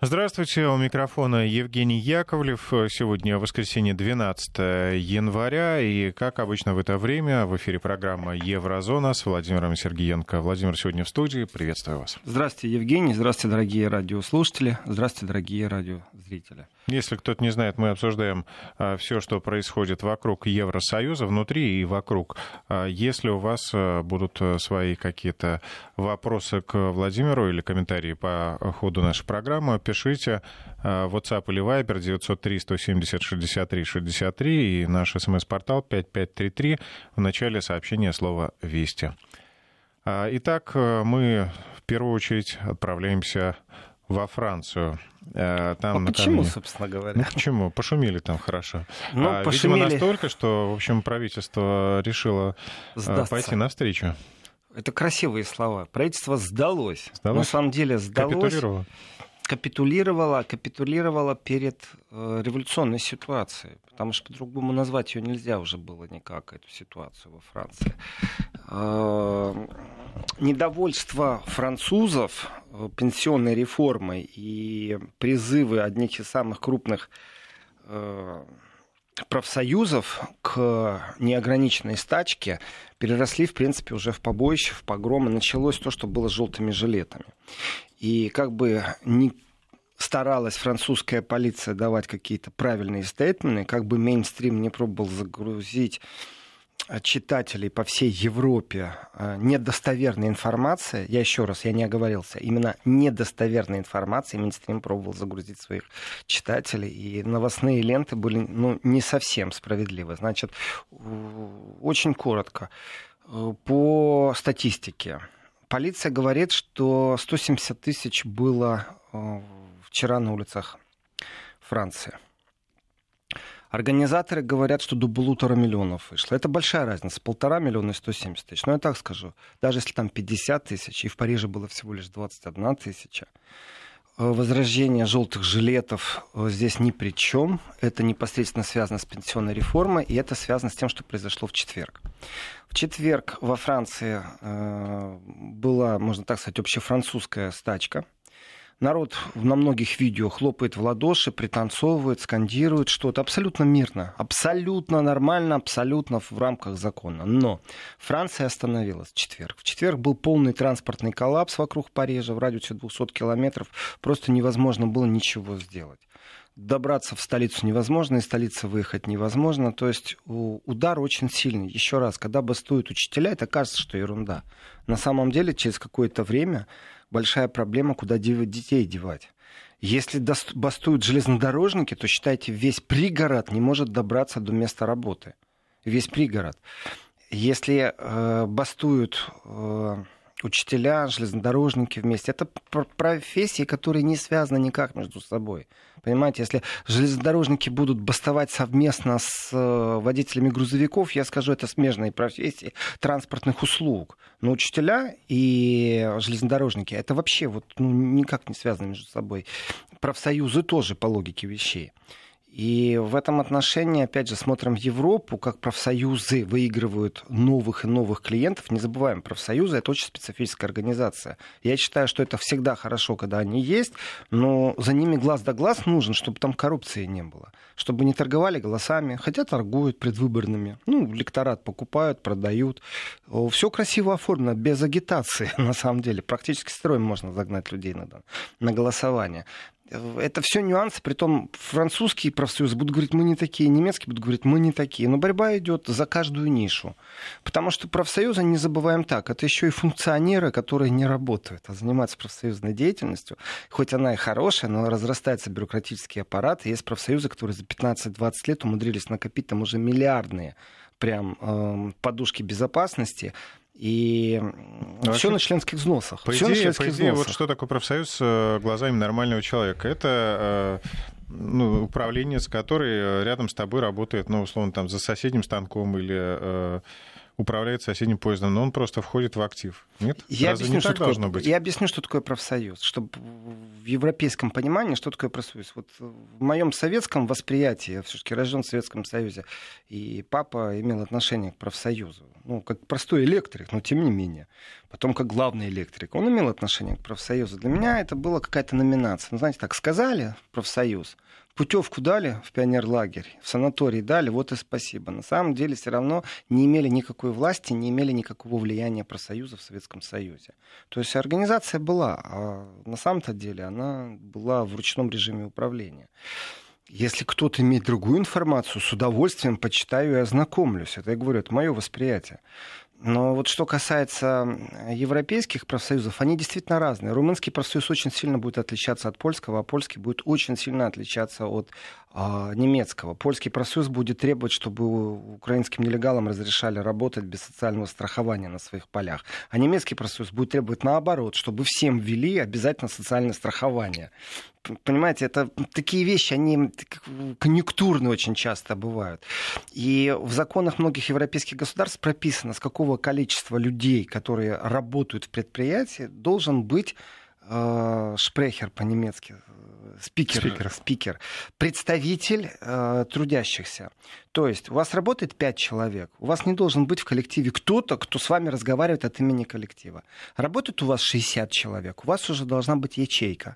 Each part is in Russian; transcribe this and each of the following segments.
Здравствуйте, у микрофона Евгений Яковлев. Сегодня воскресенье, 12 января, и, как обычно в это время, в эфире программа «Еврозона» с Владимиром Сергеенко. Владимир сегодня в студии. Приветствую вас. Здравствуйте, Евгений. Здравствуйте, дорогие радиослушатели. Здравствуйте, дорогие радиозрители. Если кто-то не знает, мы обсуждаем все, что происходит вокруг Евросоюза, внутри и вокруг. Если у вас будут свои какие-то вопросы к Владимиру или комментарии по ходу нашей программы, пишите WhatsApp или Viber 903-170-63-63 и наш СМС-портал 5533 в начале сообщения слова «Вести». Итак, мы в первую очередь отправляемся во Францию. Там почему, собственно говоря? Ну, почему? Пошумели там хорошо. Пошумели. Видимо, настолько, что, в общем, правительство решило пойти навстречу. Это красивые слова. Правительство сдалось. На самом деле сдалось. Капитулировало перед революционной ситуацией, потому что по-другому назвать ее нельзя уже было никак, эту ситуацию во Франции. Недовольство французов пенсионной реформой и призывы одних из самых крупных профсоюзов к неограниченной стачке переросли, в принципе, уже в побоище, в погромы. Началось то, что было с желтыми жилетами. И как бы ни старалась французская полиция давать какие-то правильные стейтменты, как бы мейнстрим не пробовал загрузить читателей по всей Европе недостоверной информацией, я не оговорился, именно недостоверной информацией мейнстрим пробовал загрузить своих читателей, и новостные ленты были не совсем справедливы. Значит, очень коротко, по статистике. Полиция говорит, что 170 тысяч было вчера на улицах Франции. Организаторы говорят, что до 1,5 миллиона вышло. Это большая разница. 1,5 миллиона и 170 тысяч. Но я так скажу. Даже если там 50 тысяч, и в Париже было всего лишь 21 тысяча, возрождение желтых жилетов здесь ни при чем. Это непосредственно связано с пенсионной реформой, и это связано с тем, что произошло в четверг. В четверг во Франции была, можно так сказать, общефранцузская стачка. Народ на многих видео хлопает в ладоши, пританцовывает, скандирует что-то абсолютно мирно, абсолютно нормально, абсолютно в рамках закона. Но Франция остановилась в четверг. В четверг был полный транспортный коллапс вокруг Парижа в радиусе 200 километров. Просто невозможно было ничего сделать. Добраться в столицу невозможно, из столицы выехать невозможно. То есть удар очень сильный. Еще раз, когда бастуют учителя, это кажется, что ерунда. На самом деле, через какое-то время большая проблема, куда детей девать. Если бастуют железнодорожники, то, считайте, весь пригород не может добраться до места работы. Весь пригород. Если бастуют учителя, железнодорожники вместе, это профессии, которые не связаны никак между собой. Понимаете, если железнодорожники будут бастовать совместно с водителями грузовиков, я скажу, это смежные профессии транспортных услуг. Но учителя и железнодорожники, это вообще никак не связаны между собой. Профсоюзы тоже по логике вещей. И в этом отношении, опять же, смотрим в Европу, как профсоюзы выигрывают новых и новых клиентов. Не забываем, профсоюзы — это очень специфическая организация. Я считаю, что это всегда хорошо, когда они есть, но за ними глаз да глаз нужен, чтобы там коррупции не было. Чтобы не торговали голосами, хотя торгуют предвыборными. Электорат покупают, продают. Все красиво оформлено, без агитации, на самом деле. Практически строем можно загнать людей на голосование. Это все нюансы, притом французские профсоюзы будут говорить, мы не такие, немецкие будут говорить, мы не такие. Но борьба идет за каждую нишу. Потому что профсоюзы, не забываем так, это еще и функционеры, которые не работают, а занимаются профсоюзной деятельностью. Хоть она и хорошая, но разрастается бюрократический аппарат. И есть профсоюзы, которые за 15-20 лет умудрились накопить там уже миллиардные подушки безопасности. И все на членских взносах. По идее, вот что такое профсоюз глазами нормального человека? Это управленец, который рядом с тобой работает, условно, там, за соседним станком или управляет соседним поездом, но он просто входит в актив. Нет? Я Разве объясню, не так должно быть? Я объясню, что такое профсоюз, чтобы в европейском понимании, что такое профсоюз. Вот в моем советском восприятии, я все-таки рожден в Советском Союзе, и папа имел отношение к профсоюзу. Как простой электрик, но тем не менее. потом как главный электрик, он имел отношение к профсоюзу. Для меня это была какая-то номинация. Ну, знаете, так сказали, профсоюз, путевку дали в пионерлагерь, в санаторий дали, вот и спасибо. На самом деле все равно не имели никакой власти, не имели никакого влияния профсоюза в Советском Союзе. То есть организация была, а на самом-то деле она была в ручном режиме управления. Если кто-то имеет другую информацию, с удовольствием почитаю и ознакомлюсь. Это, я говорю, это мое восприятие. Но вот что касается европейских профсоюзов, они действительно разные. Румынский профсоюз очень сильно будет отличаться от польского, а польский будет очень сильно отличаться от немецкого. Польский профсоюз будет требовать, чтобы украинским нелегалам разрешали работать без социального страхования на своих полях. А немецкий профсоюз будет требовать наоборот, чтобы всем ввели обязательно социальное страхование. Понимаете, это такие вещи, они конъюнктурные очень часто бывают. И в законах многих европейских государств прописано, с какого количества людей, которые работают в предприятии, должен быть шпрехер по-немецки, спикер, представитель трудящихся. То есть у вас работает 5 человек, у вас не должен быть в коллективе кто-то, кто с вами разговаривает от имени коллектива. Работает у вас 60 человек, у вас уже должна быть ячейка.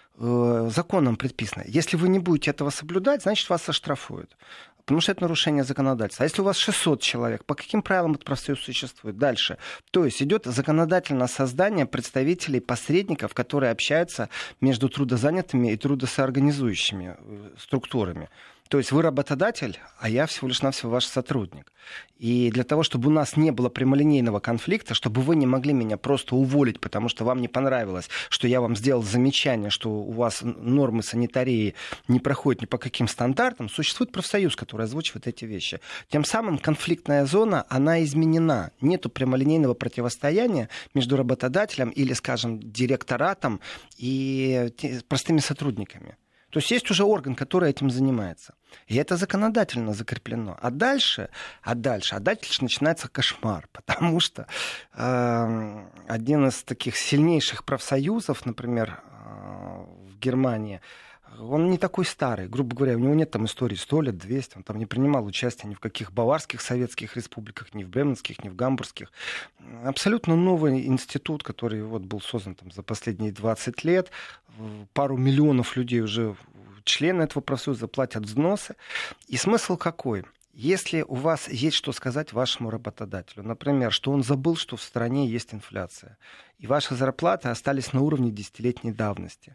Законом предписано. Если вы не будете этого соблюдать, значит, вас оштрафуют. Потому что это нарушение законодательства. А если у вас 600 человек, по каким правилам этот профсоюз существует? Дальше. То есть идет законодательное создание представителей, посредников, которые общаются между трудозанятыми и трудосоорганизующими структурами. То есть вы работодатель, а я всего лишь навсего ваш сотрудник. И для того, чтобы у нас не было прямолинейного конфликта, чтобы вы не могли меня просто уволить, потому что вам не понравилось, что я вам сделал замечание, что у вас нормы санитарии не проходят ни по каким стандартам, существует профсоюз, который озвучивает эти вещи. Тем самым конфликтная зона, она изменена. Нету прямолинейного противостояния между работодателем или, скажем, директоратом и простыми сотрудниками. То есть есть уже орган, который этим занимается. И это законодательно закреплено. А дальше начинается кошмар. Потому что один из таких сильнейших профсоюзов, например, в Германии, он не такой старый, грубо говоря, у него нет там истории 100 лет, 200, он там не принимал участия ни в каких баварских советских республиках, ни в бременских, ни в гамбургских. Абсолютно новый институт, который вот был создан там за последние 20 лет. Пару миллионов людей уже члены этого профсоюза платят взносы. И смысл какой? Если у вас есть что сказать вашему работодателю, например, что он забыл, что в стране есть инфляция, и ваши зарплаты остались на уровне десятилетней давности,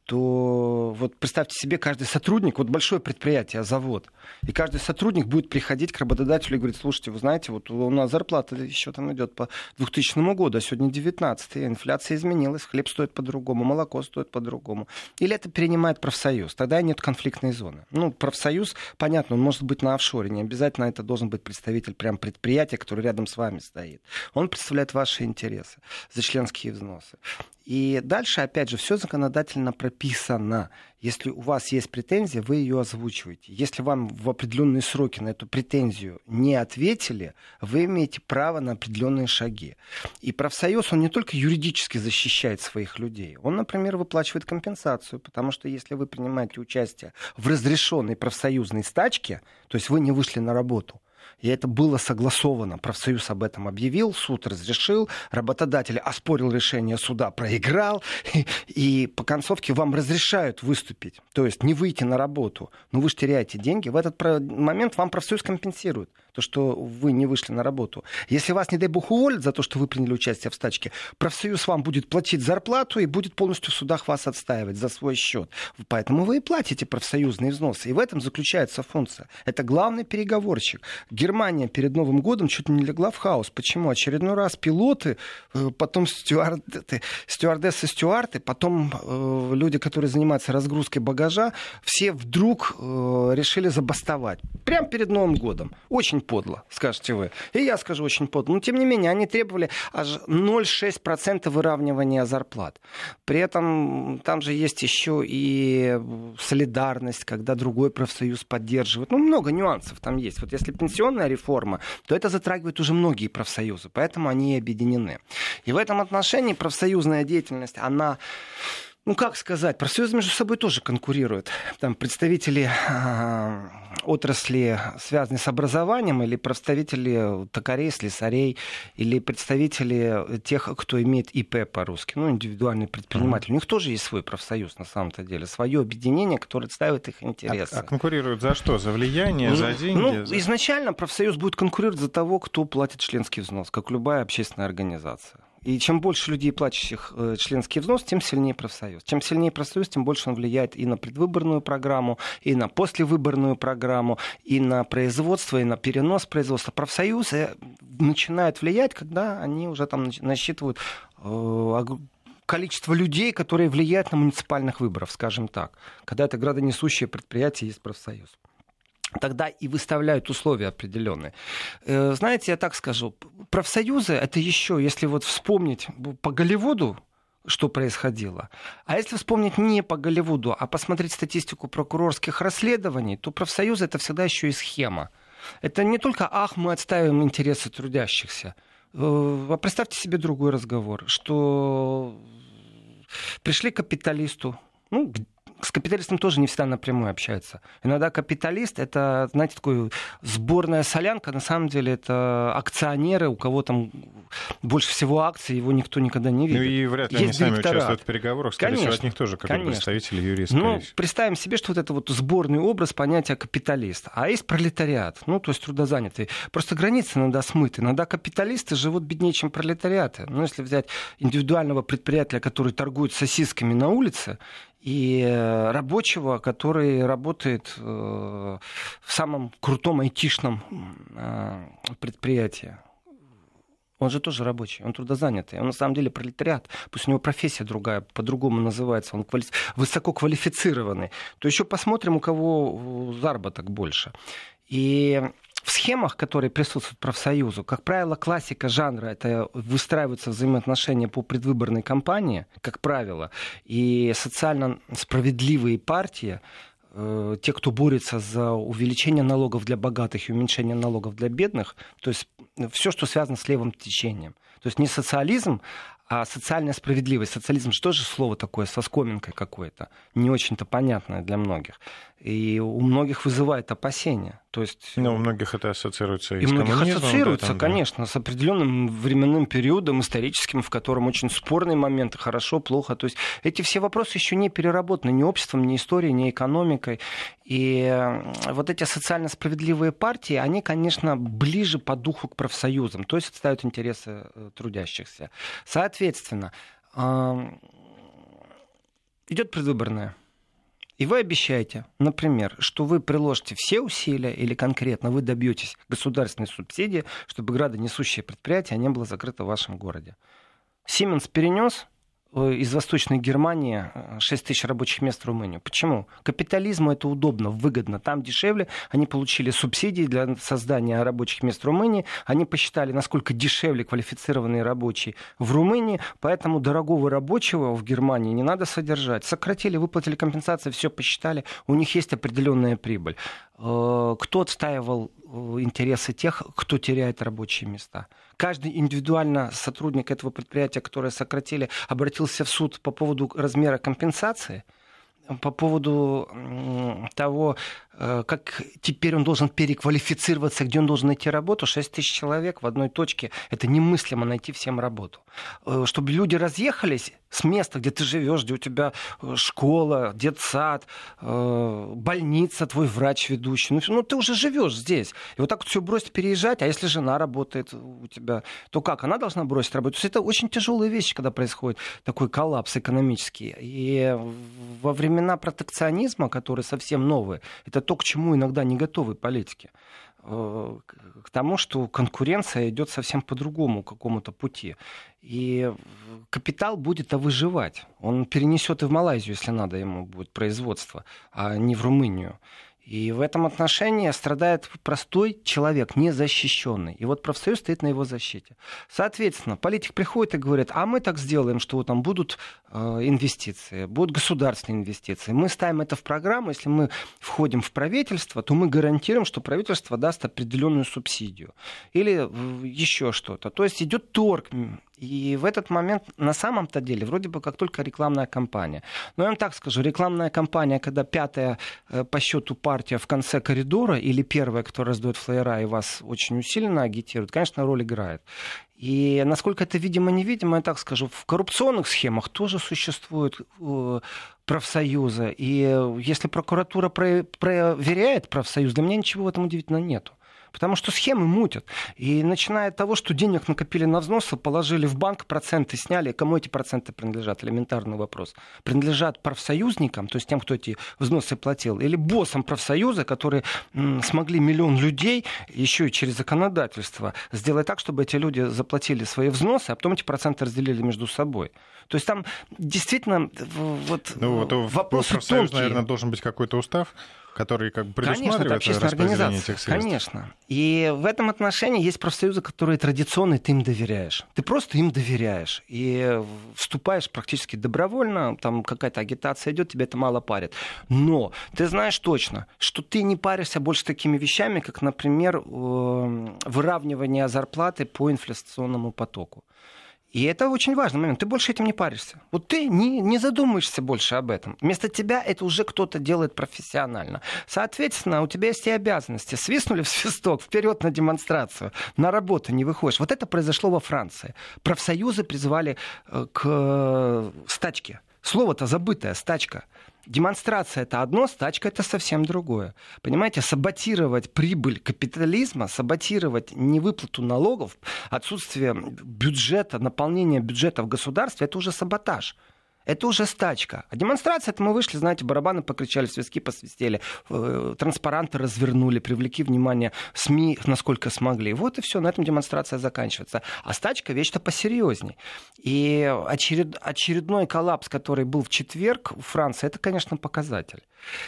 то вот представьте себе, каждый сотрудник, вот большое предприятие, завод, и каждый сотрудник будет приходить к работодателю и говорить: слушайте, вы знаете, вот у нас зарплата еще там идет по 2000 году, а сегодня 19-й, инфляция изменилась, хлеб стоит по-другому, молоко стоит по-другому. Или это перенимает профсоюз, тогда нет конфликтной зоны. Ну, профсоюз, понятно, он может быть на офшоре, не обязательно это должен быть представитель прям предприятия, который рядом с вами стоит. Он представляет ваши интересы за членские взносы. И дальше, опять же, все законодательно прописано. Если у вас есть претензия, вы ее озвучиваете. Если вам в определенные сроки на эту претензию не ответили, вы имеете право на определенные шаги. И профсоюз, он не только юридически защищает своих людей, он, например, выплачивает компенсацию, потому что если вы принимаете участие в разрешенной профсоюзной стачке, то есть вы не вышли на работу, и это было согласовано. Профсоюз об этом объявил, суд разрешил, работодатель оспорил решение суда, проиграл, и по концовке вам разрешают выступить, то есть не выйти на работу, но вы же теряете деньги. В этот момент вам профсоюз компенсирует то, что вы не вышли на работу. Если вас, не дай бог, уволят за то, что вы приняли участие в стачке, профсоюз вам будет платить зарплату и будет полностью в судах вас отстаивать за свой счет. Поэтому вы и платите профсоюзные взносы. И в этом заключается функция. Это главный переговорщик. Германия перед Новым годом чуть не легла в хаос. Почему? Очередной раз пилоты, потом стюардессы, стюарды, потом люди, которые занимаются разгрузкой багажа, все вдруг решили забастовать. Прямо перед Новым годом. Очень подло, скажете вы. И я скажу, очень подло. Но, тем не менее, они требовали аж 0,6% выравнивания зарплат. При этом там же есть еще и солидарность, когда другой профсоюз поддерживает. Ну, много нюансов там есть. Вот если пенсионная реформа, то это затрагивает уже многие профсоюзы, поэтому они и объединены. И в этом отношении профсоюзная деятельность, она Ну, как сказать, профсоюзы между собой тоже конкурируют. Там представители отрасли, связанные с образованием, или представители токарей, слесарей, или представители тех, кто имеет ИП по-русски, ну, индивидуальный предприниматель. У них тоже есть свой профсоюз, на самом-то деле, свое объединение, которое отстаивает их интересы. А конкурируют за что? За влияние, за деньги? Ну, изначально профсоюз будет конкурировать за того, кто платит членский взнос, как любая общественная организация. И чем больше людей, платящих членский взнос, тем сильнее профсоюз. Чем сильнее профсоюз, тем больше он влияет и на предвыборную программу, и на послевыборную программу, и на производство, и на перенос производства. Профсоюзы начинают влиять, когда они уже там насчитывают количество людей, которые влияют на муниципальных выборах, скажем так. Когда это градонесущее предприятие, есть профсоюз. Тогда и выставляют условия определенные. Знаете, я так скажу, профсоюзы, это еще, если вот вспомнить по Голливуду, что происходило, а если вспомнить не по Голливуду, а посмотреть статистику прокурорских расследований, то профсоюзы это всегда еще и схема. Это не только, мы отстаиваем интересы трудящихся. А представьте себе другой разговор, что пришли к капиталисту, с капиталистом тоже не всегда напрямую общаются. Иногда капиталист — это, знаете, такая сборная солянка. На самом деле это акционеры, у кого там больше всего акций, его никто никогда не видит. Ну и вряд ли они сами участвуют в переговорах. Скорее всего, от них тоже какой-то представитель, юрист. Ну, представим себе, что вот это вот сборный образ понятия капиталист. А есть пролетариат, то есть трудозанятый. Просто границы иногда смыты. Иногда капиталисты живут беднее, чем пролетариаты. Если взять индивидуального предприятия, который торгует сосисками на улице, и рабочего, который работает в самом крутом айтишном предприятии. Он же тоже рабочий, он трудозанятый, он на самом деле пролетариат, пусть у него профессия другая, по-другому называется, он высококвалифицированный. То еще посмотрим, у кого заработок больше. И в схемах, которые присутствуют в профсоюзу, как правило, классика жанра — это выстраиваются взаимоотношения по предвыборной кампании, как правило, и социально справедливые партии, те, кто борется за увеличение налогов для богатых и уменьшение налогов для бедных, то есть все, что связано с левым течением. То есть не социализм, а социальная справедливость. Социализм же тоже слово такое, со скоминкой какое-то, не очень-то понятное для многих. И у многих вызывает опасения. То есть, у многих это ассоциируется и с коммунизмом. И многих ассоциируется, этом, конечно, с определенным временным периодом историческим, в котором очень спорные моменты, хорошо, плохо. То есть эти все вопросы еще не переработаны ни обществом, ни историей, ни экономикой. И вот эти социально справедливые партии, они, конечно, ближе по духу к профсоюзам, то есть отстаивают интересы трудящихся. Соответственно, идет предвыборная. И вы обещаете, например, что вы приложите все усилия или конкретно вы добьетесь государственной субсидии, чтобы градонесущее предприятие не было закрыто в вашем городе. Siemens перенес из Восточной Германии 6 тысяч рабочих мест в Румынию. Почему? Капитализму это удобно, выгодно. Там дешевле. Они получили субсидии для создания рабочих мест в Румынии. Они посчитали, насколько дешевле квалифицированные рабочие в Румынии. Поэтому дорогого рабочего в Германии не надо содержать. Сократили, выплатили компенсации, все посчитали. У них есть определенная прибыль. Кто отстаивал интересы тех, кто теряет рабочие места? Каждый индивидуально сотрудник этого предприятия, которое сократили, обратился в суд по поводу размера компенсации, по поводу того, как теперь он должен переквалифицироваться, где он должен найти работу. 6 тысяч человек в одной точке. Это немыслимо найти всем работу. Чтобы люди разъехались с места, где ты живешь, где у тебя школа, детсад, больница, твой врач ведущий. Ты уже живешь здесь. И вот так вот все бросить, переезжать. А если жена работает у тебя, то как? Она должна бросить работу. То есть это очень тяжелые вещи, когда происходит такой коллапс экономический. И во времена протекционизма, которые совсем новые, это то, к чему иногда не готовы политики. К тому, что конкуренция идет совсем по другому какому-то пути. И капитал будет выживать. Он перенесет и в Малайзию, если надо ему будет производство, а не в Румынию. И в этом отношении страдает простой человек, незащищенный. И вот профсоюз стоит на его защите. Соответственно, политик приходит и говорит, а мы так сделаем, что там будут инвестиции, будут государственные инвестиции. Мы ставим это в программу, если мы входим в правительство, то мы гарантируем, что правительство даст определенную субсидию. Или еще что-то. То есть идет торг. И в этот момент на самом-то деле вроде бы как только рекламная кампания. Но я вам так скажу, рекламная кампания, когда 5-я по счету партия в конце коридора или 1-я, которая раздает флаера и вас очень усиленно агитирует, конечно, роль играет. И насколько это видимо-невидимо, я так скажу, в коррупционных схемах тоже существуют профсоюзы. И если прокуратура проверяет профсоюз, для меня ничего в этом удивительного нету. Потому что схемы мутят. И начиная от того, что денег накопили на взносы, положили в банк, проценты сняли. Кому эти проценты принадлежат? Элементарный вопрос. Принадлежат профсоюзникам, то есть тем, кто эти взносы платил, или боссам профсоюза, которые смогли 1 миллион людей, еще и через законодательство, сделать так, чтобы эти люди заплатили свои взносы, а потом эти проценты разделили между собой. То есть там действительно вопросы профсоюз, тонкие. наверное, должен быть какой-то устав, который как бы Конечно, это предусматривает общественная распределение организация. этих средств. Конечно. И в этом отношении есть профсоюзы, которые традиционные, ты им доверяешь. Ты просто им доверяешь. И вступаешь практически добровольно, там какая-то агитация идет, тебя это мало парит. Но ты знаешь точно, что ты не паришься больше такими вещами, как, например, выравнивание зарплаты по инфляционному потоку. И это очень важный момент. Ты больше этим не паришься. Вот ты не задумаешься больше об этом. Вместо тебя это уже кто-то делает профессионально. Соответственно, у тебя есть и обязанности. Свистнули в свисток, вперед на демонстрацию. На работу не выходишь. Вот это произошло во Франции. Профсоюзы призывали к стачке. Слово-то забытое, стачка. Демонстрация — это одно, стачка — это совсем другое. Понимаете, саботировать прибыль капитализма, саботировать невыплату налогов, отсутствие бюджета, наполнение бюджета в государстве — это уже саботаж. Это уже стачка. А демонстрация, это мы вышли, знаете, барабаны покричали, свистки посвистели, транспаранты развернули, привлекли внимание СМИ, насколько смогли. Вот и все, на этом демонстрация заканчивается. А стачка — вещь-то посерьезней. И очередной коллапс, который был в четверг в Франции, это, конечно, показатель.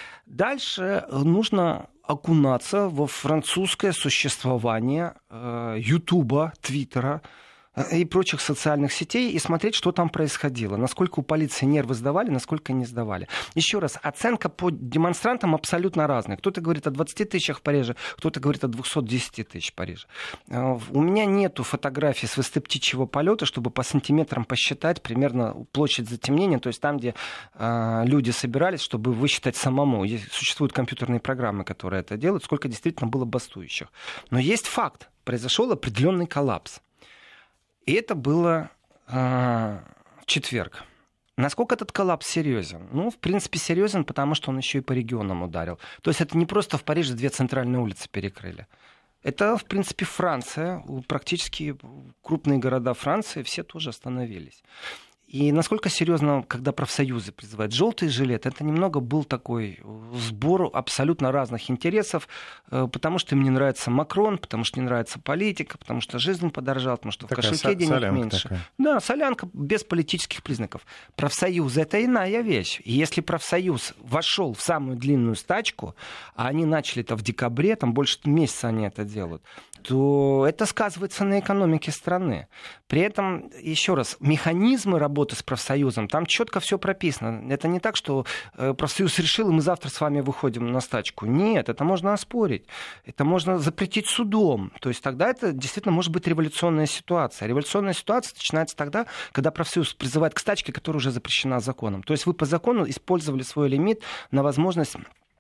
Дальше нужно окунаться во французское существование Ютуба, Твиттера и прочих социальных сетей и смотреть, что там происходило. Насколько у полиции нервы сдавали, насколько не сдавали. Еще раз, оценка по демонстрантам абсолютно разная. Кто-то говорит о 20 тысячах в Париже, кто-то говорит о 210 тысяч в Париже. У меня нету фотографий с высоты птичьего полета, чтобы по сантиметрам посчитать примерно площадь затемнения, то есть там, где люди собирались, чтобы высчитать самому. Существуют компьютерные программы, которые это делают, сколько действительно было бастующих. Но есть факт. Произошел определенный коллапс. И это было в четверг. Насколько этот коллапс серьезен? Ну, в принципе, серьезен, потому что он еще и по регионам ударил. То есть это не просто в Париже 2 центральные улицы перекрыли. Это, в принципе, Франция. Практически крупные города Франции все тоже остановились. И насколько серьезно, когда профсоюзы призывают желтый жилет, это немного был такой сбор абсолютно разных интересов, потому что им не нравится Макрон, потому что не нравится политика, потому что жизнь подорожала, потому что такая в кошельке денег меньше. Такая. Да, солянка без политических признаков. Профсоюз — это иная вещь. И если профсоюз вошел в самую длинную стачку, а они начали это в декабре, там больше месяца они это делают, то это сказывается на экономике страны. При этом, еще раз, механизмы работы с профсоюзом, там четко все прописано. Это не так, что профсоюз решил, и мы завтра с вами выходим на стачку. Нет, это можно оспорить. Это можно запретить судом. То есть тогда это действительно может быть революционная ситуация. Революционная ситуация начинается тогда, когда профсоюз призывает к стачке, которая уже запрещена законом. То есть вы по закону использовали свой лимит на возможность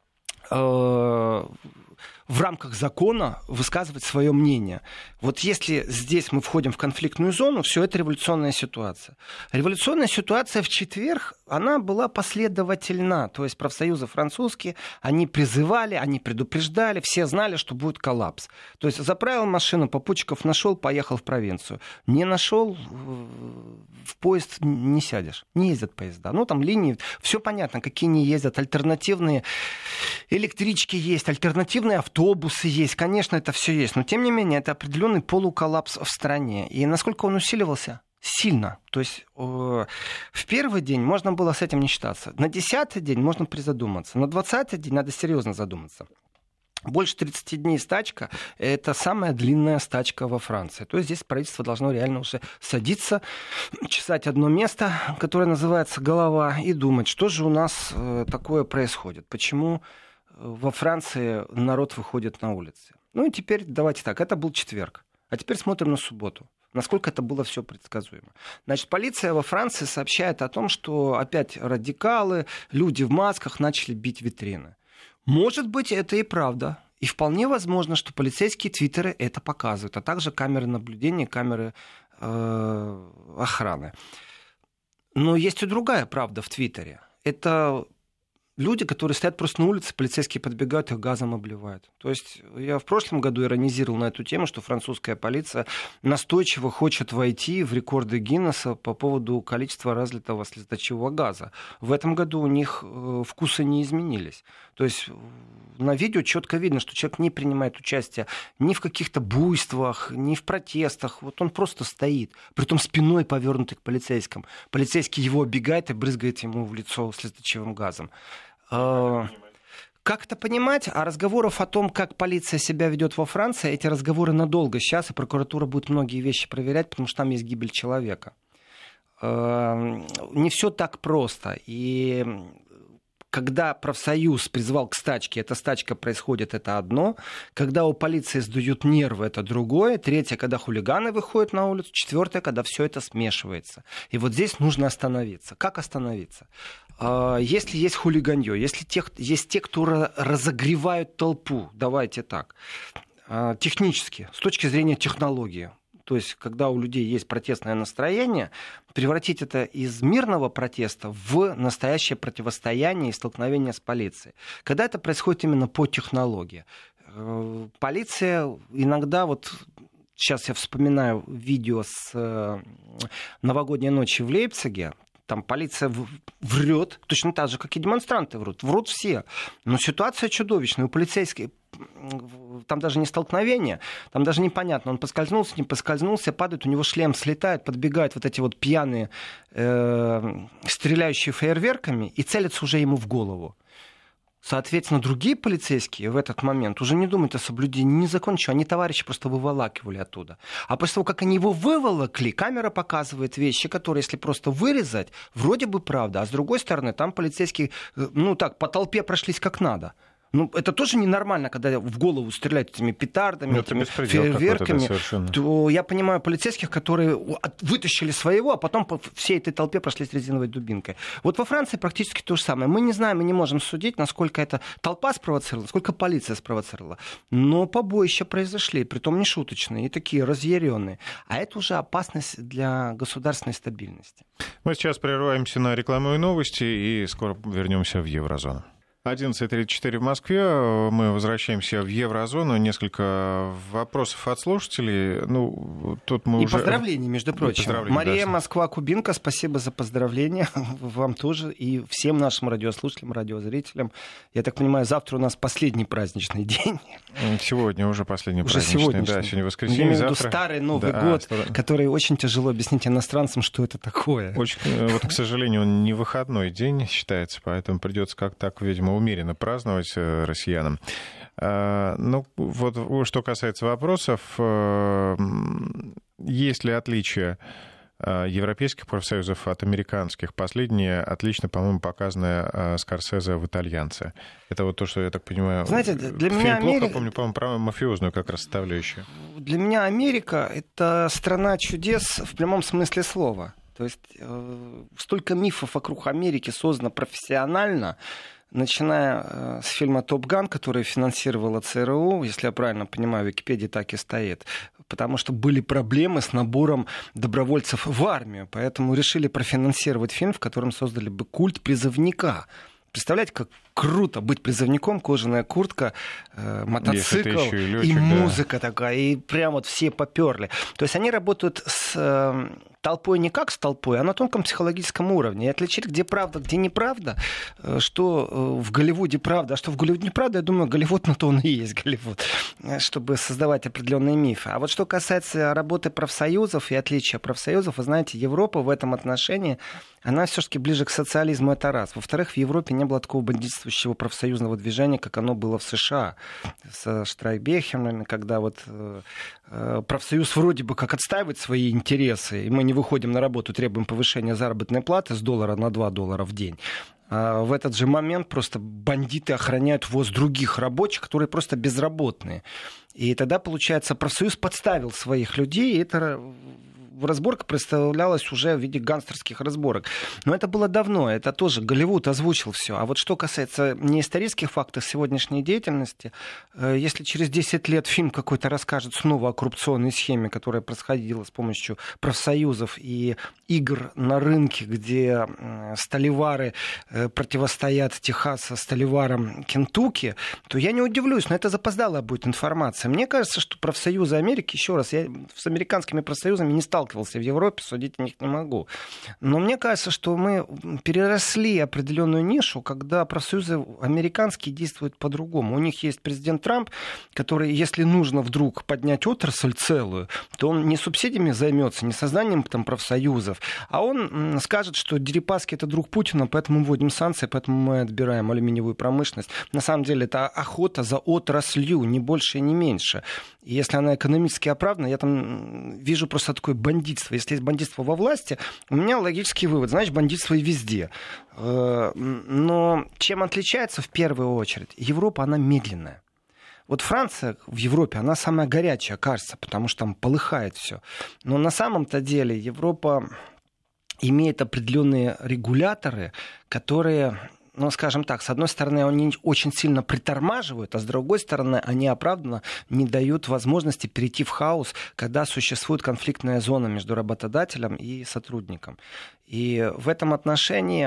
в рамках закона высказывать свое мнение. Вот если здесь мы входим в конфликтную зону, все это революционная ситуация. Революционная ситуация в четверг, она была последовательна. То есть профсоюзы французские, они призывали, они предупреждали, все знали, что будет коллапс. То есть заправил машину, попутчиков нашел, поехал в провинцию. Не нашел, в поезд не сядешь. Не ездят поезда. Ну, там линии, все понятно, какие не ездят. Альтернативные электрички есть, альтернативные автобусы есть. Конечно, это все есть. Но, тем не менее, это определенный полуколлапс в стране. И насколько он усиливался? Сильно. То есть в первый день можно было с этим не считаться. На 10-й день можно призадуматься. На 20-й день надо серьезно задуматься. Больше 30 дней стачка — это самая длинная стачка во Франции. То есть здесь правительство должно реально уже садиться, чесать одно место, которое называется голова, и думать, что же у нас такое происходит. Почему во Франции народ выходит на улицы. Ну и теперь давайте так. Это был четверг. А теперь смотрим на субботу. Насколько это было все предсказуемо. Значит, полиция во Франции сообщает о том, что опять радикалы, люди в масках начали бить витрины. Может быть, это и правда. И вполне возможно, что полицейские твиттеры это показывают, а также камеры наблюдения, камеры охраны. Но есть и другая правда в твиттере. Это люди, которые стоят просто на улице, полицейские подбегают, их газом обливают. То есть я в прошлом году иронизировал на эту тему, что французская полиция настойчиво хочет войти в рекорды Гиннесса по поводу количества разлитого слезоточивого газа. В этом году у них вкусы не изменились. То есть на видео четко видно, что человек не принимает участие ни в каких-то буйствах, ни в протестах. Вот он просто стоит, притом спиной повернутый к полицейским. Полицейский его оббегает и брызгает ему в лицо слезоточивым газом. Как это понимать? А разговоров о том, как полиция себя ведет во Франции, эти разговоры надолго сейчас, и прокуратура будет многие вещи проверять, потому что там есть гибель человека. Не все так просто. И когда профсоюз призвал к стачке, эта стачка происходит, это одно. Когда у полиции сдают нервы, это другое. Третье, когда хулиганы выходят на улицу. Четвертое, когда все это смешивается. И вот здесь нужно остановиться. Как остановиться? Если есть хулиганье, если есть те, кто разогревают толпу, давайте так, технически, с точки зрения технологии, то есть когда у людей есть протестное настроение, превратить это из мирного протеста в настоящее противостояние и столкновение с полицией. Когда это происходит именно по технологии. Полиция иногда вот... Сейчас я вспоминаю видео с новогодней ночи в Лейпциге. Там полиция врет, точно так же, как и демонстранты врут. Врут все. Но ситуация чудовищная. У полицейских там даже не столкновение, там даже непонятно, он поскользнулся, не поскользнулся, падает, у него шлем слетает, подбегают вот эти вот пьяные, стреляющие фейерверками, и целятся уже ему в голову. Соответственно, другие полицейские в этот момент уже не думают о соблюдении ни закона, ничего. Они товарищи просто выволакивали оттуда. А после того, как они его выволокли, камера показывает вещи, которые, если просто вырезать, вроде бы правда. А с другой стороны, там полицейские, по толпе прошлись как надо. Это тоже ненормально, когда в голову стреляют этими петардами, этими фейерверками. То я понимаю полицейских, которые вытащили своего, а потом по всей этой толпе прошли с резиновой дубинкой. Вот во Франции практически то же самое. Мы не знаем, мы не можем судить, насколько это толпа спровоцировала, насколько полиция спровоцировала. Но побоища произошли, притом не шуточные, и такие разъяренные. А это уже опасность для государственной стабильности. Мы сейчас прерываемся на рекламу и новости, и скоро вернемся в еврозону. 11:34 в Москве. Мы возвращаемся в еврозону. Несколько вопросов от слушателей. Тут мы уже... поздравления, между прочим. Мария, да. Москва, Кубинка, спасибо за поздравления. Вам тоже и всем нашим радиослушателям, радиозрителям. Я так понимаю, завтра у нас последний праздничный день. Сегодня уже последний праздничный. Да, сегодня воскресенье. Я имею в виду старый Новый год, который очень тяжело объяснить иностранцам, что это такое. К сожалению, он не выходной день считается, поэтому придется как-то так, видимо, умеренно праздновать россиянам. Что касается вопросов, есть ли отличия европейских профсоюзов от американских? Последнее отлично, по-моему, показано Скорсезе в «Итальянце». Это вот то, что я так понимаю... Знаете, для меня Америка... помню, по-моему, про мафиозную как раз составляющую. Для меня Америка — это страна чудес в прямом смысле слова. То есть столько мифов вокруг Америки создано профессионально, начиная с фильма «Топ Ган», который финансировала ЦРУ, если я правильно понимаю, в Википедии так и стоит, потому что были проблемы с набором добровольцев в армию, поэтому решили профинансировать фильм, в котором создали бы культ призывника. Представляете, как круто быть призывником, кожаная куртка, мотоцикл и музыка такая, и прям вот все поперли. То есть они работают с толпой не как с толпой, а на тонком психологическом уровне. И отличить, где правда, где неправда, что в Голливуде правда, а что в Голливуде неправда, я думаю, Голливуд на то он и есть Голливуд, чтобы создавать определенные мифы. А вот что касается работы профсоюзов и отличия профсоюзов, вы знаете, Европа в этом отношении, она все-таки ближе к социализму, это раз. Во-вторых, в Европе не было такого бандитствующего профсоюзного движения, как оно было в США. Со Штрайбехерами, когда профсоюз вроде бы как отстаивает свои интересы, и мы не выходим на работу, требуем повышения заработной платы с $1 на $2 в день. в этот же момент просто бандиты охраняют ввоз других рабочих, которые просто безработные. И тогда, получается, профсоюз подставил своих людей, и это... разборка представлялась уже в виде гангстерских разборок. Но это было давно, это тоже Голливуд озвучил все. А вот что касается неисторических фактов сегодняшней деятельности, если через 10 лет фильм какой-то расскажет снова о коррупционной схеме, которая происходила с помощью профсоюзов и игр на рынке, где сталевары противостоят Техаса сталеварам Кентукки, то я не удивлюсь, но это запоздалая будет информация. Мне кажется, что профсоюзы Америки, еще раз, я с американскими профсоюзами не сталкивался в Европе, судить о них не могу. Но мне кажется, что мы переросли определенную нишу, когда профсоюзы американские действуют по-другому. У них есть президент Трамп, который, если нужно вдруг поднять отрасль целую, то он не субсидиями займется, не созданием там профсоюзов, а он скажет, что Дерипаски — это друг Путина, поэтому мы вводим санкции, поэтому мы отбираем алюминиевую промышленность. На самом деле это охота за отраслью, не больше и не меньше. И если она экономически оправдана, я там вижу просто такое бандитство. Если есть бандитство во власти, у меня логический вывод, значит, бандитство и везде. Но чем отличается в первую очередь? Европа, она медленная. Вот Франция в Европе, она самая горячая, кажется, потому что там полыхает все. Но на самом-то деле Европа имеет определенные регуляторы, которые... Ну, скажем так, с одной стороны, они очень сильно притормаживают, а с другой стороны, они оправданно не дают возможности перейти в хаос, когда существует конфликтная зона между работодателем и сотрудником. И в этом отношении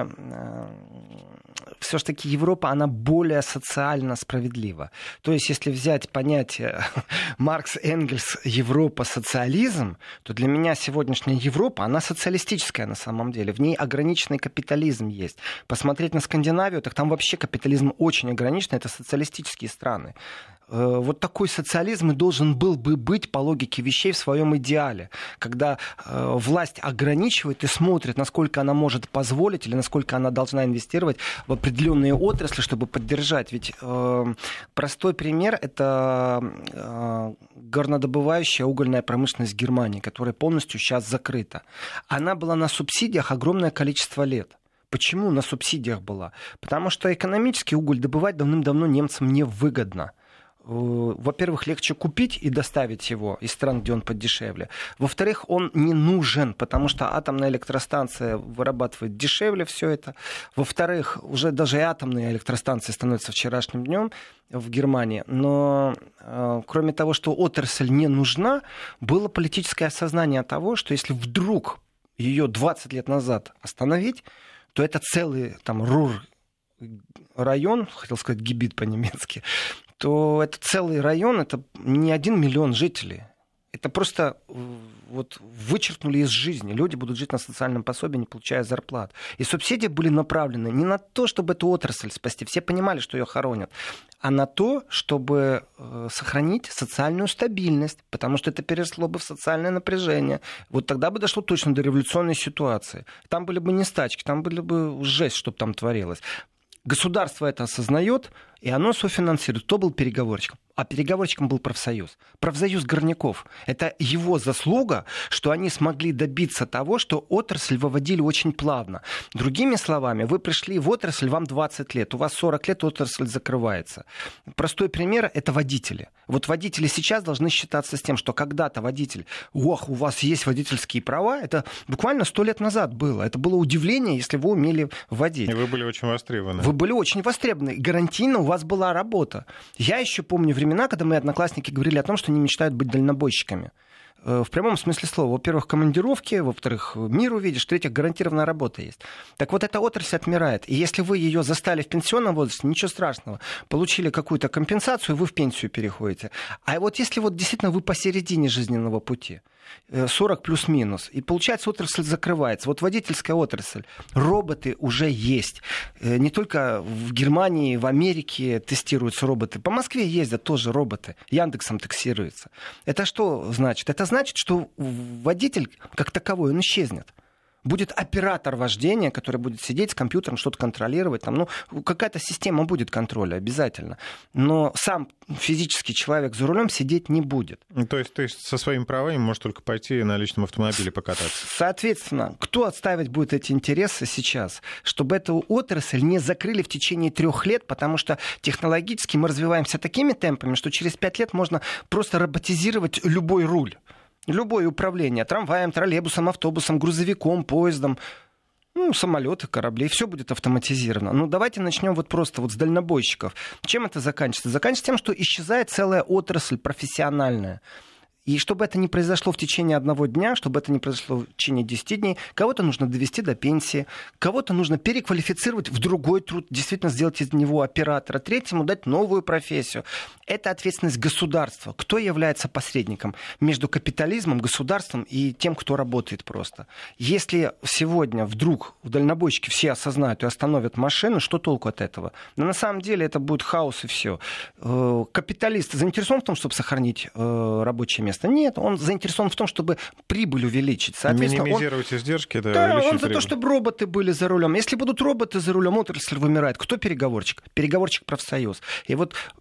все-таки Европа, она более социально справедлива. То есть, если взять понятие Маркс, Энгельс, Европа, социализм, то для меня сегодняшняя Европа, она социалистическая на самом деле. В ней ограниченный капитализм есть. Посмотреть на Скандинавию, так там вообще капитализм очень ограниченный, это социалистические страны. Вот такой социализм и должен был бы быть по логике вещей в своем идеале, когда власть ограничивает и смотрит, насколько она может позволить или насколько она должна инвестировать в определенные отрасли, чтобы поддержать. Ведь простой пример — это горнодобывающая угольная промышленность Германии, которая полностью сейчас закрыта. Она была на субсидиях огромное количество лет. Почему на субсидиях была? Потому что экономически уголь добывать давным-давно немцам невыгодно. Во-первых, легче купить и доставить его из стран, где он подешевле. Во-вторых, он не нужен, потому что атомная электростанция вырабатывает дешевле все это. Во-вторых, уже даже и атомные электростанции становятся вчерашним днем в Германии. Но кроме того, что отрасль не нужна, было политическое осознание того, что если вдруг ее 20 лет назад остановить, то это целый там Руhr-район, хотел сказать гибит по-немецки, то это целый район, это не 1 миллион жителей. Это просто вот вычеркнули из жизни. Люди будут жить на социальном пособии, не получая зарплат. И субсидии были направлены не на то, чтобы эту отрасль спасти. Все понимали, что ее хоронят. А на то, чтобы сохранить социальную стабильность. Потому что это переросло бы в социальное напряжение. Вот тогда бы дошло точно до революционной ситуации. Там были бы не стачки, там были бы жесть, что там творилось. Государство это осознает, и оно софинансирует. Кто был переговорщиком? А переговорщиком был профсоюз. Профсоюз горняков. Это его заслуга, что они смогли добиться того, что отрасль выводили очень плавно. Другими словами, вы пришли в отрасль, вам 20 лет, у вас 40 лет отрасль закрывается. Простой пример — это водители. Вот водители сейчас должны считаться с тем, что когда-то водитель, у вас есть водительские права, это буквально 100 лет назад было. Это было удивление, если вы умели водить. И вы были очень востребованы. Вы были очень востребованы. Гарантийно у вас была работа. Я еще помню времена, когда мои одноклассники говорили о том, что они мечтают быть дальнобойщиками. В прямом смысле слова. Во-первых, командировки, во-вторых, мир увидишь, в-третьих, гарантированная работа есть. Так вот, эта отрасль отмирает. И если вы ее застали в пенсионном возрасте, ничего страшного. Получили какую-то компенсацию, вы в пенсию переходите. А вот если вот действительно вы посередине жизненного пути, 40 плюс-минус, и получается отрасль закрывается. Вот водительская отрасль. Роботы уже есть. Не только в Германии, в Америке тестируются роботы. По Москве ездят тоже роботы. Яндексом таксируется. Это что значит? Это значит, что водитель как таковой, он исчезнет. Будет оператор вождения, который будет сидеть с компьютером, что-то контролировать. Там, какая-то система будет контроля обязательно. Но сам физический человек за рулем сидеть не будет. То есть со своими правами может только пойти на личном автомобиле покататься. Соответственно, кто отстаивать будет эти интересы сейчас? Чтобы эту отрасль не закрыли в течение 3 лет, потому что технологически мы развиваемся такими темпами, что через 5 лет можно просто роботизировать любой руль. Любое управление трамваем, троллейбусом, автобусом, грузовиком, поездом, самолеты, корабли, все будет автоматизировано. Давайте начнем просто с дальнобойщиков. Чем это заканчивается? Заканчивается тем, что исчезает целая отрасль профессиональная. И чтобы это не произошло в течение 1 дня, чтобы это не произошло в течение 10 дней, кого-то нужно довести до пенсии, кого-то нужно переквалифицировать в другой труд, действительно сделать из него оператора, третьему дать новую профессию. Это ответственность государства. Кто является посредником между капитализмом, государством и тем, кто работает просто? Если сегодня вдруг дальнобойщики все осознают и остановят машину, что толку от этого? Но на самом деле это будет хаос и все. Капиталист заинтересован в том, чтобы сохранить рабочее место? Нет, он заинтересован в том, чтобы прибыль увеличить. Минимизировать издержки, он за то, чтобы роботы были за рулем. Если будут роботы за рулем, отрасль вымирает. Кто переговорщик? Переговорщик профсоюз. И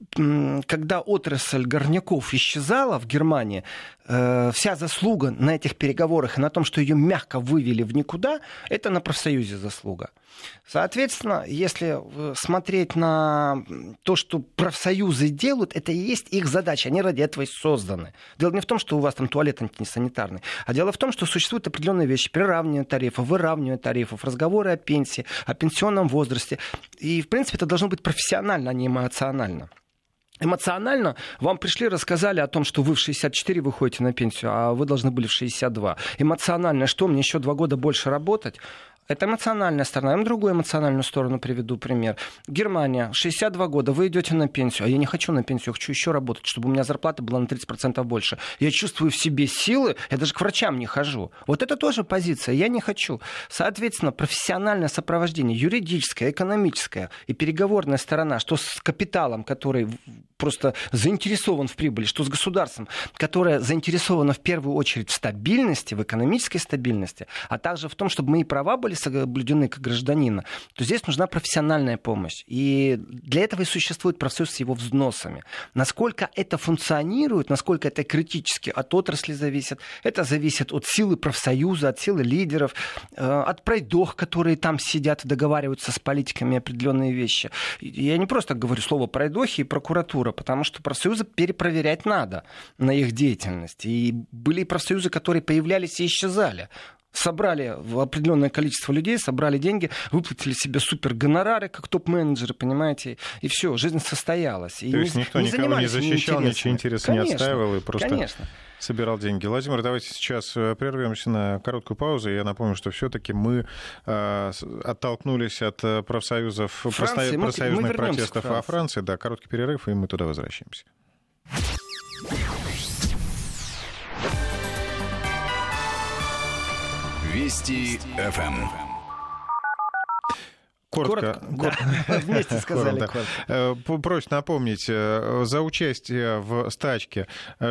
когда отрасль горняков исчезала в Германии, вся заслуга на этих переговорах и на том, что ее мягко вывели в никуда, это на профсоюзе заслуга. Соответственно, если смотреть на то, что профсоюзы делают, это и есть их задача. Они ради этого и созданы. Дело не в том, что у вас там туалет антисанитарный, а дело в том, что существуют определенные вещи. Приравнивание тарифов, выравнивание тарифов, разговоры о пенсии, о пенсионном возрасте. И, в принципе, это должно быть профессионально, а не эмоционально. Эмоционально вам пришли, рассказали о том, что вы в 64 выходите на пенсию, а вы должны были в 62. Эмоционально, что мне еще 2 года больше работать? Это эмоциональная сторона. Я вам другую эмоциональную сторону приведу пример. Германия, 62 года, вы идете на пенсию, а я не хочу на пенсию, я хочу еще работать, чтобы у меня зарплата была на 30% больше. Я чувствую в себе силы, я даже к врачам не хожу. Это тоже позиция, я не хочу. Соответственно, профессиональное сопровождение, юридическое, экономическое и переговорная сторона, что с капиталом, который просто заинтересован в прибыли, что с государством, которое заинтересовано в первую очередь в стабильности, в экономической стабильности, а также в том, чтобы мои права были соблюдены как гражданина, то здесь нужна профессиональная помощь. И для этого и существует профсоюз с его взносами. Насколько это функционирует, насколько это критически от отрасли зависит, это зависит от силы профсоюза, от силы лидеров, от пройдох, которые там сидят и договариваются с политиками определенные вещи. Я не просто говорю слово пройдохи и прокуратура, потому что профсоюзы перепроверять надо на их деятельность. И были профсоюзы, которые появлялись и исчезали. Собрали определенное количество людей, собрали деньги, выплатили себе супер-гонорары, как топ-менеджеры, понимаете, и все, жизнь состоялась. То есть никто никого не защищал, ничьи интересы не отстаивал и просто собирал деньги. Владимир, давайте сейчас прервемся на короткую паузу. Я напомню, что все-таки мы оттолкнулись от профсоюзов, профсоюзных протестов во Франции. Да, короткий перерыв, и мы туда возвращаемся. Вести ФМ. Коротко. Вместе сказали коротко. Просьба напомнить, за участие в стачке,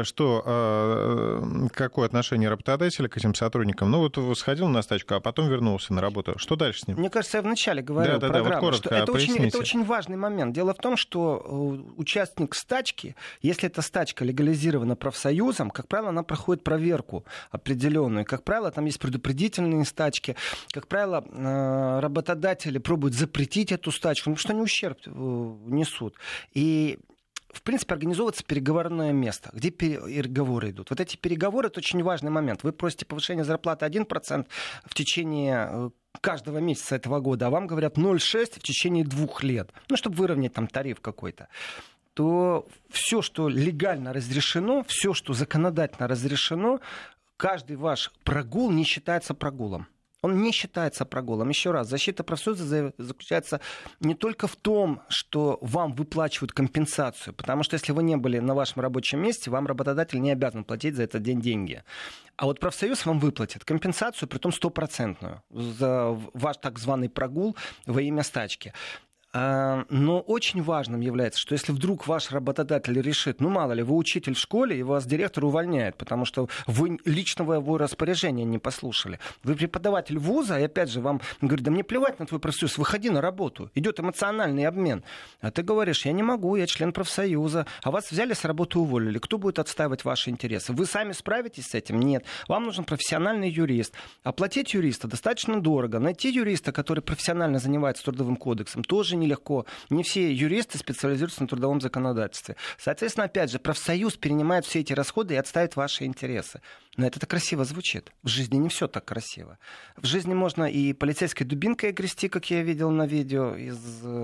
какое отношение работодателя к этим сотрудникам? Сходил на стачку, а потом вернулся на работу. Что дальше с ним? Мне кажется, я вначале говорил программу, что это очень важный момент. Дело в том, что участник стачки, если эта стачка легализирована профсоюзом, как правило, она проходит проверку определенную. Как правило, там есть предупредительные стачки. Как правило, работодатели пробуют запретить эту стачку, потому что они ущерб несут. И в принципе, организовывается переговорное место, где переговоры идут. Эти переговоры — это очень важный момент. Вы просите повышение зарплаты 1% в течение каждого месяца этого года, а вам говорят 0,6% в течение 2 лет, чтобы выровнять там тариф какой-то. То все, что легально разрешено, все, что законодательно разрешено, каждый ваш прогул не считается прогулом. Он не считается прогулом. Еще раз, защита профсоюза заключается не только в том, что вам выплачивают компенсацию, потому что если вы не были на вашем рабочем месте, вам работодатель не обязан платить за этот день деньги. А профсоюз вам выплатит компенсацию, притом 100% за ваш так званый прогул во имя стачки. Но очень важным является, что если вдруг ваш работодатель решит, ну мало ли, вы учитель в школе, и вас директор увольняет, потому что вы личного его распоряжения не послушали. Вы преподаватель вуза, и опять же вам говорит, да мне плевать на твой профсоюз, выходи на работу. Идет эмоциональный обмен. А ты говоришь, я не могу, я член профсоюза. А вас взяли с работы, уволили. Кто будет отстаивать ваши интересы? Вы сами справитесь с этим? Нет. Вам нужен профессиональный юрист. Оплатить юриста достаточно дорого. Найти юриста, который профессионально занимается трудовым кодексом, тоже нелегко. Не все юристы специализируются на трудовом законодательстве. Соответственно, опять же, профсоюз перенимает все эти расходы и отставит ваши интересы. Но это красиво звучит. В жизни не все так красиво. В жизни можно и полицейской дубинкой грести, как я видел на видео из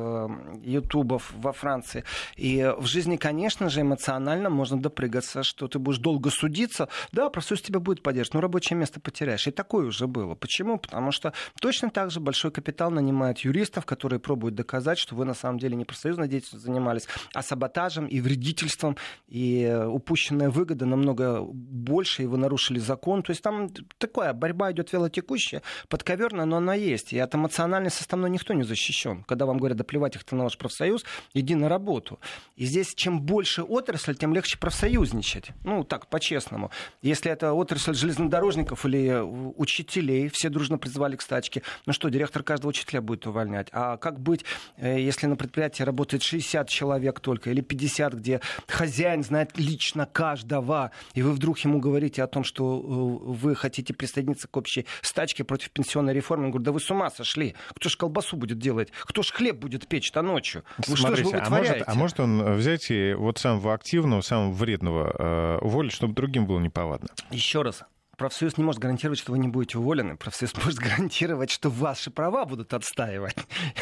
ютубов во Франции. И в жизни, конечно же, эмоционально можно допрыгаться, что ты будешь долго судиться. Да, профсоюз тебя будет поддерживать, но рабочее место потеряешь. И такое уже было. Почему? Потому что точно так же большой капитал нанимает юристов, которые пробуют доказать, что вы на самом деле не профсоюзной деятельностью занимались, а саботажем и вредительством. И упущенная выгода намного больше, и вы нарушили закон. То есть там такая борьба идет вялотекущая, подковерная, но она есть. И от эмоциональной составной никто не защищен. Когда вам говорят, да плевать их на ваш профсоюз, иди на работу. И здесь чем больше отрасль, тем легче профсоюзничать. Ну, так, по-честному. Если это отрасль железнодорожников или учителей, все дружно призвали к стачке, ну что, директор каждого учителя будет увольнять. А как быть, если на предприятии работает 60 человек только или 50, где хозяин знает лично каждого, и вы вдруг ему говорите о том, что вы хотите присоединиться к общей стачке против пенсионной реформы. Он говорит, да вы с ума сошли. Кто ж колбасу будет делать? Кто ж хлеб будет печь-то ночью? Вы Смотрите, что же вы вытворяете? А может он взять и вот самого активного, самого вредного уволить, чтобы другим было неповадно? Еще раз. Профсоюз не может гарантировать, что вы не будете уволены. Профсоюз может гарантировать, что ваши права будут отстаивать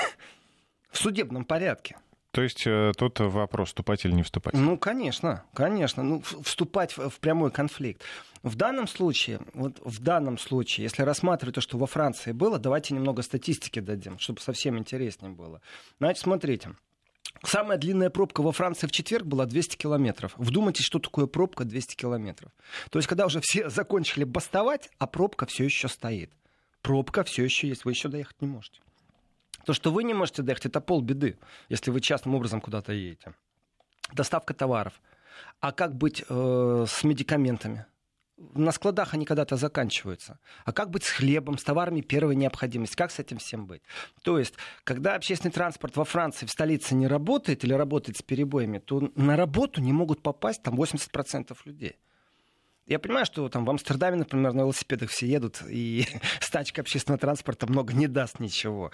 в судебном порядке. То есть тут вопрос, вступать или не вступать? Ну, конечно, конечно. Ну, вступать в прямой конфликт. В данном случае, если рассматривать то, что во Франции было, давайте немного статистики дадим, чтобы совсем интереснее было. Значит, смотрите. Самая длинная пробка во Франции в четверг была 200 километров. Вдумайтесь, что такое пробка 200 километров. То есть, когда уже все закончили бастовать, а пробка все еще стоит. Пробка все еще есть, вы еще доехать не можете. То, что вы не можете доехать, это полбеды, если вы частным образом куда-то едете. Доставка товаров. А как быть с медикаментами? На складах они когда-то заканчиваются. А как быть с хлебом, с товарами первой необходимости? Как с этим всем быть? То есть, когда общественный транспорт во Франции, в столице не работает или работает с перебоями, то на работу не могут попасть там 80% людей. Я понимаю, что там в Амстердаме, например, на велосипедах все едут, и стачка общественного транспорта много не даст ничего.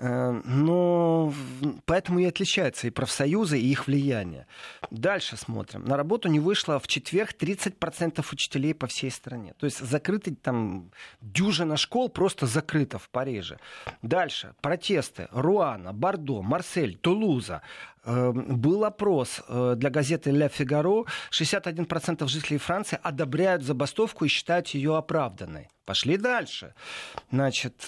Но поэтому и отличаются и профсоюзы, и их влияние. Дальше смотрим. На работу не вышло в четверг 30% учителей по всей стране. То есть закрыты там дюжина школ, просто закрыто в Париже. Дальше. Протесты. Руана, Бордо, Марсель, Тулуза. Был опрос для газеты «Ля Фигаро». 61% жителей Франции одобряют забастовку и считают ее оправданной. Пошли дальше. Значит,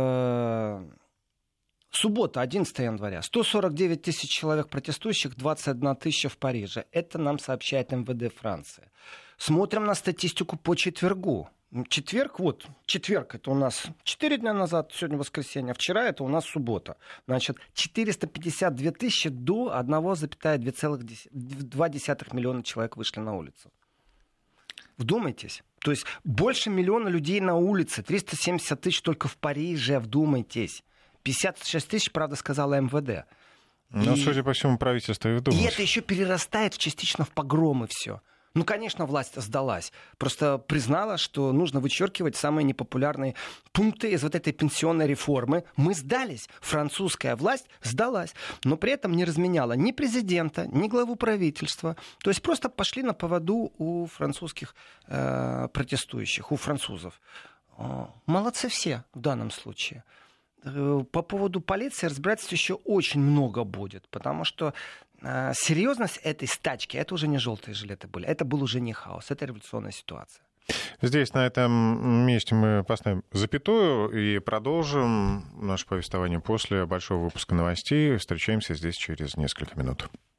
суббота, 11 января. 149 тысяч человек протестующих, 21 тысяча в Париже. Это нам сообщает МВД Франции. Смотрим на статистику по четвергу. Четверг, это у нас 4 дня назад, сегодня воскресенье, вчера это у нас суббота. Значит, 452 тысячи до 1,2 миллиона человек вышли на улицу. Вдумайтесь. То есть больше миллиона людей на улице, 370 тысяч только в Париже, вдумайтесь. 56 тысяч, правда, сказала МВД. Но, судя по всему, правительство и вдумалось. И это еще перерастает частично в погромы все. Ну, конечно, власть сдалась. Просто признала, что нужно вычеркивать самые непопулярные пункты из вот этой пенсионной реформы. Мы сдались. Французская власть сдалась. Но при этом не разменяла ни президента, ни главу правительства. То есть просто пошли на поводу у французских протестующих, у французов. Молодцы все в данном случае. По поводу полиции разбирательств еще очень много будет, потому что серьезность этой стачки, это уже не желтые жилеты были, это был уже не хаос, это революционная ситуация. Здесь, на этом месте, мы поставим запятую и продолжим наше повествование после большого выпуска новостей. Встречаемся здесь через несколько минут.